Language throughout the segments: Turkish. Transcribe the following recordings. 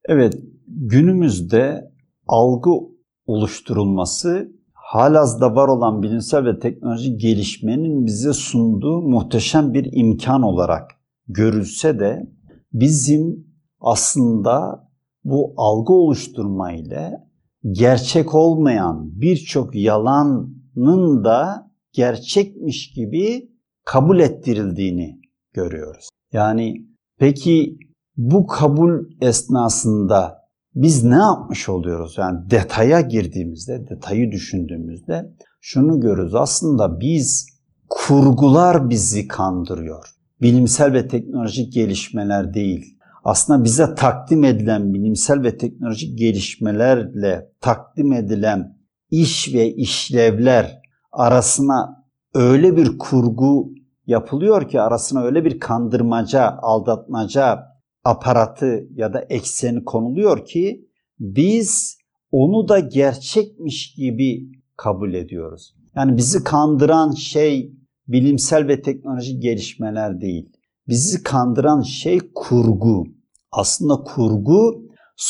Evet, günümüzde algı oluşturulması halihazırda var olan bilimsel ve teknolojik gelişmenin bize sunduğu muhteşem bir imkan olarak görülse de bizim aslında bu algı oluşturma ile gerçek olmayan birçok yalanın da gerçekmiş gibi kabul ettirildiğini görüyoruz. Yani peki bu kabul esnasında biz ne yapmış oluyoruz? Yani detaya girdiğimizde, detayı düşündüğümüzde şunu görürüz. Aslında kurgular bizi kandırıyor. Bilimsel ve teknolojik gelişmeler değil. Aslında bize takdim edilen bilimsel ve teknolojik gelişmelerle takdim edilen iş ve işlevler arasına öyle bir kurgu yapılıyor ki, arasına öyle bir kandırmaca, aldatmaca aparatı ya da ekseni konuluyor ki biz onu da gerçekmiş gibi kabul ediyoruz. Yani bizi kandıran şey bilimsel ve teknolojik gelişmeler değil. Bizi kandıran şey kurgu. Aslında kurgu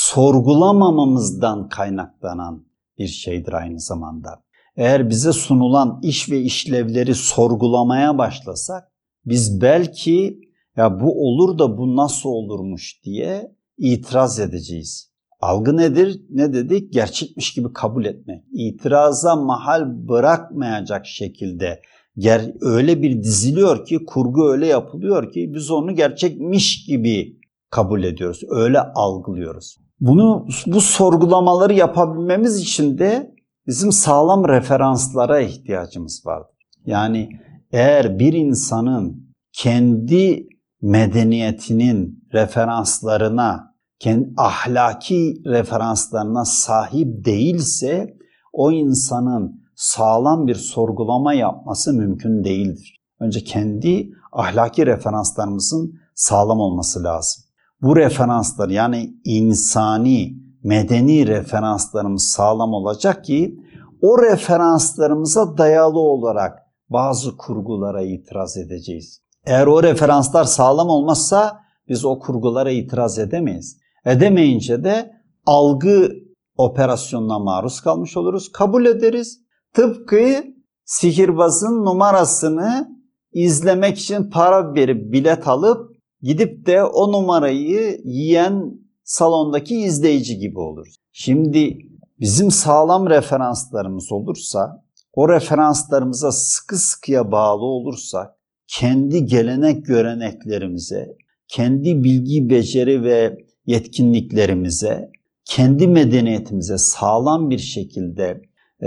sorgulamamamızdan kaynaklanan bir şeydir aynı zamanda. Eğer bize sunulan iş ve işlevleri sorgulamaya başlasak biz belki ya bu olur da bu nasıl olurmuş diye itiraz edeceğiz. Algı nedir? Ne dedik? Gerçekmiş gibi kabul etmek. İtiraza mahal bırakmayacak şekilde öyle bir diziliyor ki, kurgu öyle yapılıyor ki biz onu gerçekmiş gibi kabul ediyoruz. Öyle algılıyoruz. Bu sorgulamaları yapabilmemiz için de bizim sağlam referanslara ihtiyacımız vardır. Yani eğer bir insanın kendi medeniyetinin referanslarına, kendi ahlaki referanslarına sahip değilse o insanın sağlam bir sorgulama yapması mümkün değildir. Önce kendi ahlaki referanslarımızın sağlam olması lazım. Bu referanslar, yani insani, medeni referanslarımız sağlam olacak ki o referanslarımıza dayalı olarak bazı kurgulara itiraz edeceğiz. Eğer o referanslar sağlam olmazsa biz o kurgulara itiraz edemeyiz. Edemeyince de algı operasyonuna maruz kalmış oluruz. Kabul ederiz. Tıpkı sihirbazın numarasını izlemek için para verip bilet alıp gidip de o numarayı yiyen salondaki izleyici gibi oluruz. Şimdi bizim sağlam referanslarımız olursa, o referanslarımıza sıkı sıkıya bağlı olursak, kendi gelenek göreneklerimize, kendi bilgi, beceri ve yetkinliklerimize, kendi medeniyetimize sağlam bir şekilde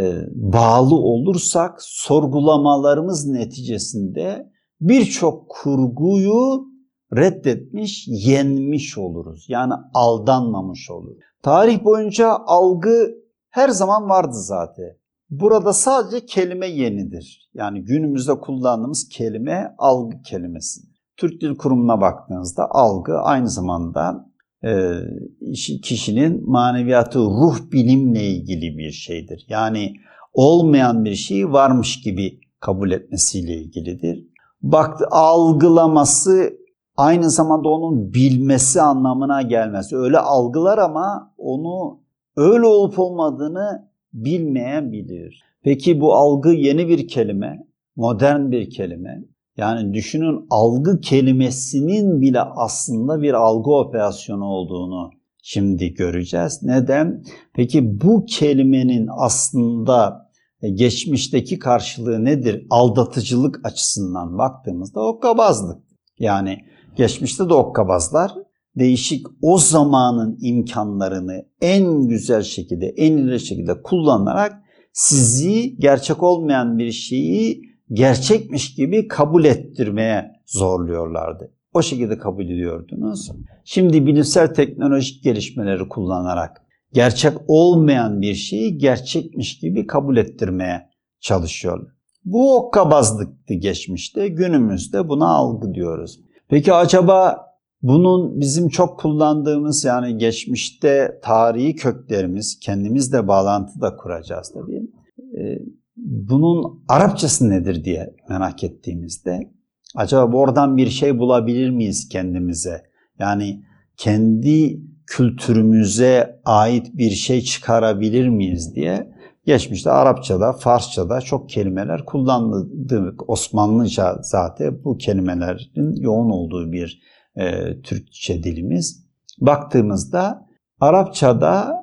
bağlı olursak, sorgulamalarımız neticesinde birçok kurguyu reddetmiş, yenmiş oluruz. Yani aldanmamış oluruz. Tarih boyunca algı her zaman vardı zaten. Burada sadece kelime yenidir. Yani günümüzde kullandığımız kelime algı kelimesi. Türk Dil Kurumu'na baktığınızda algı aynı zamanda kişinin maneviyatı, ruh bilimle ilgili bir şeydir. Yani olmayan bir şeyi varmış gibi kabul etmesiyle ilgilidir. Algılaması aynı zamanda onun bilmesi anlamına gelmez. Öyle algılar ama onu öyle olup olmadığını bilmeyebilir. Peki bu algı yeni bir kelime, modern bir kelime. Yani düşünün, algı kelimesinin bile aslında bir algı operasyonu olduğunu şimdi göreceğiz. Neden? Peki bu kelimenin aslında geçmişteki karşılığı nedir? Aldatıcılık açısından baktığımızda hokkabazlık. Yani geçmişte de hokkabazlar değişik o zamanın imkanlarını en güzel şekilde, en ileri şekilde kullanarak sizi gerçek olmayan bir şeyi gerçekmiş gibi kabul ettirmeye zorluyorlardı. O şekilde kabul ediyordunuz. Şimdi bilimsel teknolojik gelişmeleri kullanarak gerçek olmayan bir şeyi gerçekmiş gibi kabul ettirmeye çalışıyorlar. Bu hokkabazlıktı geçmişte, günümüzde buna algı diyoruz. Peki acaba bunun bizim çok kullandığımız, yani geçmişte tarihi köklerimiz, kendimizle bağlantı da kuracağız tabii. Bunun Arapçası nedir diye merak ettiğimizde acaba oradan bir şey bulabilir miyiz kendimize? Yani kendi kültürümüze ait bir şey çıkarabilir miyiz diye geçmişte Arapçada, Farsçada çok kelimeler kullanıldık. Osmanlıca zaten bu kelimelerin yoğun olduğu bir Türkçe dilimiz. Baktığımızda Arapçada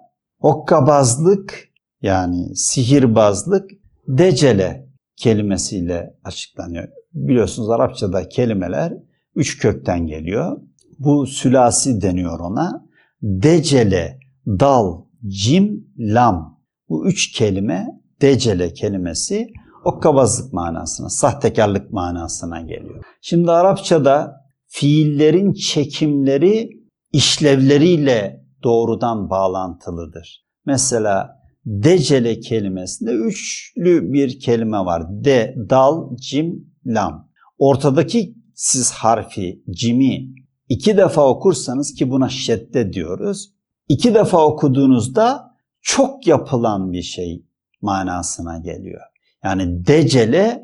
okkabazlık yani sihirbazlık decele kelimesiyle açıklanıyor. Biliyorsunuz Arapçada kelimeler 3 kökten geliyor. Bu sülasi deniyor ona. Decele, dal, cim, lam. Bu 3 kelime decele kelimesi okkabazlık manasına, sahtekarlık manasına geliyor. Şimdi Arapçada fiillerin çekimleri işlevleriyle doğrudan bağlantılıdır. Mesela decele kelimesinde üçlü bir kelime var. De, dal, cim, lam. Ortadaki siz harfi, cimi 2 defa okursanız ki buna şedde diyoruz. 2 defa okuduğunuzda çok yapılan bir şey manasına geliyor. Yani decele,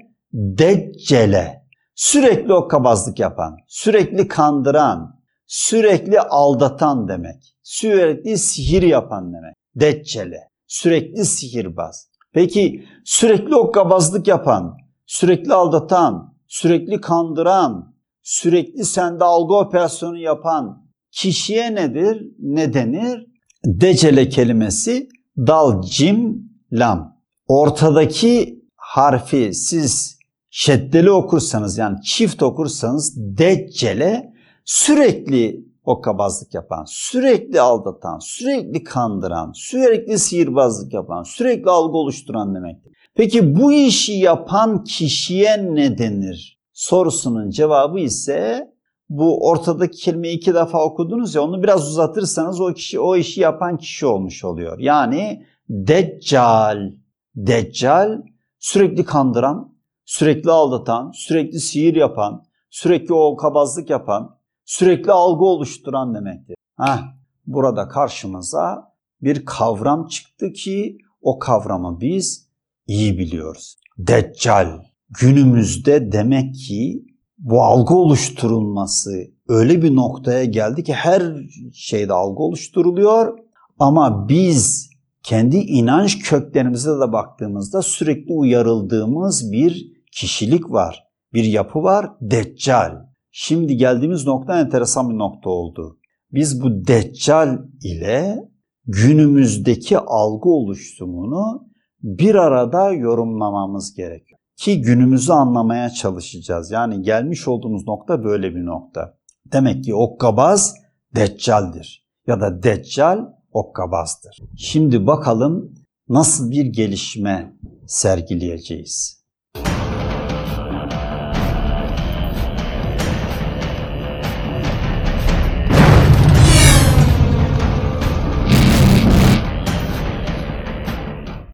deccele. Sürekli okkabazlık yapan, sürekli kandıran, sürekli aldatan demek. Sürekli sihir yapan demek. Deccele. Sürekli sihirbaz. Peki sürekli okkabazlık yapan, sürekli aldatan, sürekli kandıran, sürekli sende algı operasyonu yapan kişiye nedir? Ne denir? Decele kelimesi dal, cim, lam. Ortadaki harfi siz şeddeli okursanız yani çift okursanız deccele sürekli okkabazlık yapan, sürekli aldatan, sürekli kandıran, sürekli sihirbazlık yapan, sürekli algı oluşturan demektir. Peki bu işi yapan kişiye ne denir? Sorusunun cevabı ise bu ortadaki kelimeyi 2 defa okudunuz ya onu biraz uzatırsanız o işi yapan kişi olmuş oluyor. Yani deccal. Deccal sürekli kandıran, sürekli aldatan, sürekli sihir yapan, sürekli okkabazlık yapan, sürekli algı oluşturan demektir. Burada karşımıza bir kavram çıktı ki o kavramı biz iyi biliyoruz. Deccal. Günümüzde demek ki bu algı oluşturulması öyle bir noktaya geldi ki her şeyde algı oluşturuluyor ama biz kendi inanç köklerimize de baktığımızda sürekli uyarıldığımız bir kişilik var, bir yapı var, deccal. Şimdi geldiğimiz nokta enteresan bir nokta oldu. Biz bu deccal ile günümüzdeki algı oluşumunu bir arada yorumlamamız gerekiyor. Ki günümüzü anlamaya çalışacağız. Yani gelmiş olduğumuz nokta böyle bir nokta. Demek ki okkabaz deccaldir ya da deccal okkabazdır. Şimdi bakalım nasıl bir gelişme sergileyeceğiz.